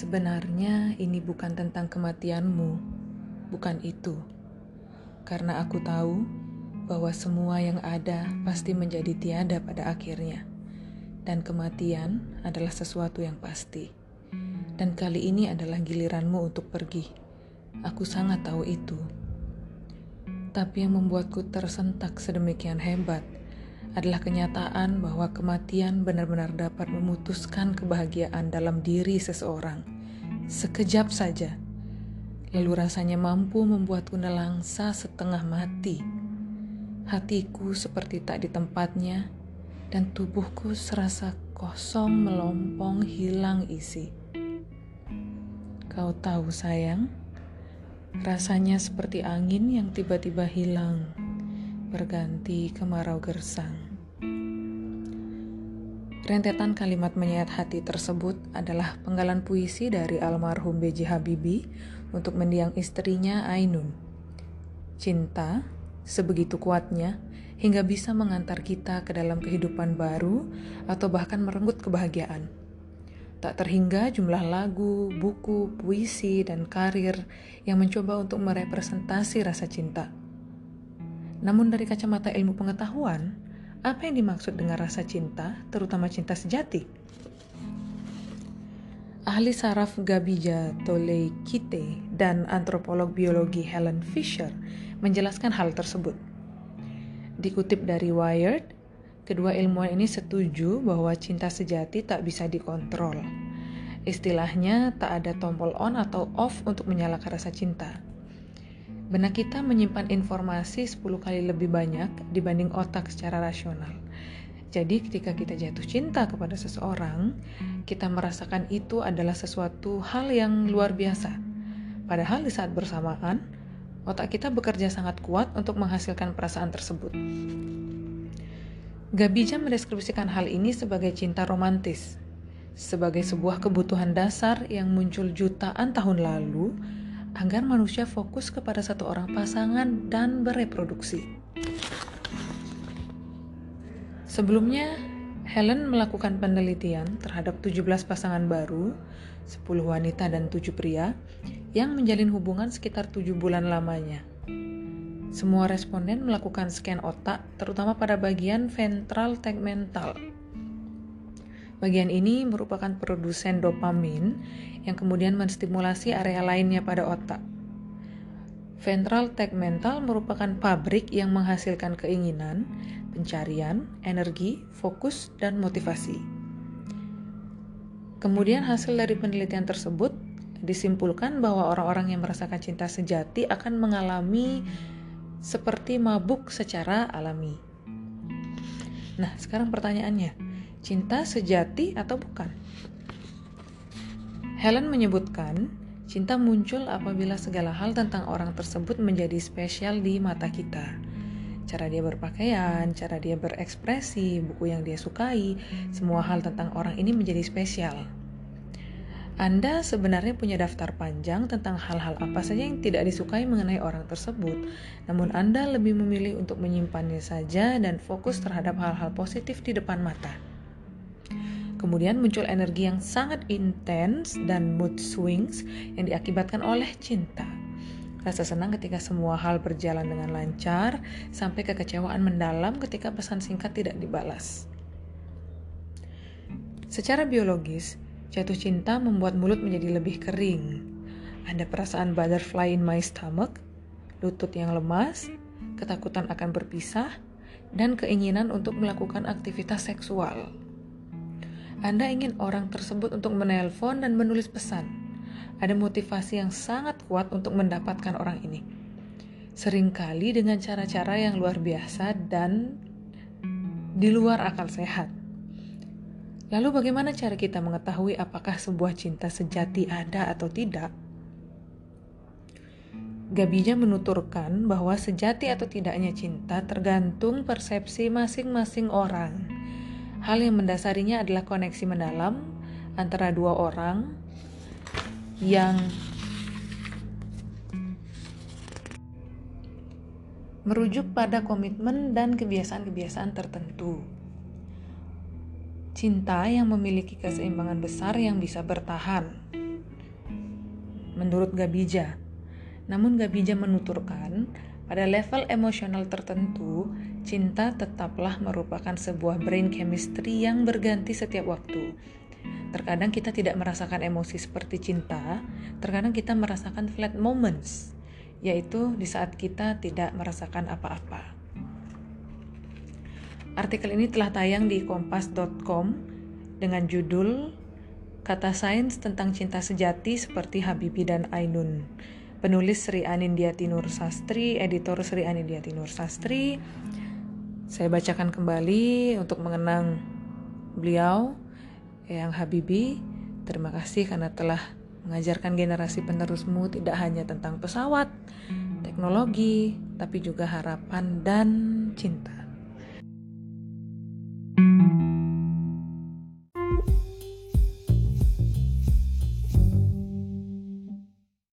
Sebenarnya ini bukan tentang kematianmu, bukan itu. Karena aku tahu bahwa semua yang ada pasti menjadi tiada pada akhirnya. Dan kematian adalah sesuatu yang pasti. Dan kali ini adalah giliranmu untuk pergi. Aku sangat tahu itu. Tapi yang membuatku tersentak sedemikian hebat adalah kenyataan bahwa kematian benar-benar dapat memutuskan kebahagiaan dalam diri seseorang. Sekejap saja. Lalu rasanya mampu membuatku nelangsa setengah mati. Hatiku seperti tak di tempatnya dan tubuhku serasa kosong, melompong, hilang isi. Kau tahu sayang, rasanya seperti angin yang tiba-tiba hilang, berganti kemarau gersang. Rentetan kalimat menyayat hati tersebut adalah penggalan puisi dari almarhum B.J. Habibie untuk mendiang istrinya Ainun. Cinta, sebegitu kuatnya, hingga bisa mengantar kita ke dalam kehidupan baru atau bahkan merenggut kebahagiaan. Tak terhingga jumlah lagu, buku, puisi, dan karir yang mencoba untuk merepresentasi rasa cinta. Namun dari kacamata ilmu pengetahuan, apa yang dimaksud dengan rasa cinta, terutama cinta sejati? Ahli saraf Gabija Toleikite dan antropolog biologi Helen Fisher menjelaskan hal tersebut. Dikutip dari Wired, kedua ilmuwan ini setuju bahwa cinta sejati tak bisa dikontrol. Istilahnya, tak ada tombol on atau off untuk menyalakan rasa cinta. Benak kita menyimpan informasi 10 kali lebih banyak dibanding otak secara rasional. Jadi ketika kita jatuh cinta kepada seseorang, kita merasakan itu adalah sesuatu hal yang luar biasa. Padahal di saat bersamaan, otak kita bekerja sangat kuat untuk menghasilkan perasaan tersebut. Gabija mendeskripsikan hal ini sebagai cinta romantis, sebagai sebuah kebutuhan dasar yang muncul jutaan tahun lalu agar manusia fokus kepada satu orang pasangan dan bereproduksi. Sebelumnya, Helen melakukan penelitian terhadap 17 pasangan baru, 10 wanita dan 7 pria, yang menjalin hubungan sekitar 7 bulan lamanya. Semua responden melakukan scan otak, terutama pada bagian ventral tegmental. Bagian ini merupakan produsen dopamin yang kemudian menstimulasi area lainnya pada otak. Ventral tegmental merupakan pabrik yang menghasilkan keinginan, pencarian, energi, fokus, dan motivasi. Kemudian hasil dari penelitian tersebut disimpulkan bahwa orang-orang yang merasakan cinta sejati akan mengalami seperti mabuk secara alami. Nah, sekarang pertanyaannya, cinta sejati atau bukan? Helen menyebutkan, cinta muncul apabila segala hal tentang orang tersebut menjadi spesial di mata kita. Cara dia berpakaian, cara dia berekspresi, buku yang dia sukai, semua hal tentang orang ini menjadi spesial. Anda sebenarnya punya daftar panjang tentang hal-hal apa saja yang tidak disukai mengenai orang tersebut, namun Anda lebih memilih untuk menyimpannya saja dan fokus terhadap hal-hal positif di depan mata. Kemudian muncul energi yang sangat intens dan mood swings yang diakibatkan oleh cinta. Rasa senang ketika semua hal berjalan dengan lancar, sampai kekecewaan mendalam ketika pesan singkat tidak dibalas. Secara biologis, jatuh cinta membuat mulut menjadi lebih kering. Ada perasaan butterfly in my stomach, lutut yang lemas, ketakutan akan berpisah, dan keinginan untuk melakukan aktivitas seksual. Anda ingin orang tersebut untuk menelpon dan menulis pesan. Ada motivasi yang sangat kuat untuk mendapatkan orang ini. Seringkali dengan cara-cara yang luar biasa dan di luar akal sehat. Lalu bagaimana cara kita mengetahui apakah sebuah cinta sejati ada atau tidak? Gabija menuturkan bahwa sejati atau tidaknya cinta tergantung persepsi masing-masing orang. Hal yang mendasarinya adalah koneksi mendalam antara dua orang yang merujuk pada komitmen dan kebiasaan-kebiasaan tertentu. Cinta yang memiliki keseimbangan besar yang bisa bertahan. menurut Gabija. Namun Gabija menuturkan, pada level emosional tertentu, cinta tetaplah merupakan sebuah brain chemistry yang berganti setiap waktu. Terkadang kita tidak merasakan emosi seperti cinta, terkadang kita merasakan flat moments, yaitu di saat kita tidak merasakan apa-apa. Artikel ini telah tayang di kompas.com dengan judul Kata Sains tentang Cinta Sejati seperti Habibie dan Ainun. Penulis Sri Anindiyati Nur Sastri, editor Sri Anindiyati Nur Sastri. Saya bacakan kembali untuk mengenang beliau, Eyang Habibie. Terima kasih karena telah mengajarkan generasi penerusmu tidak hanya tentang pesawat, teknologi, tapi juga harapan dan cinta.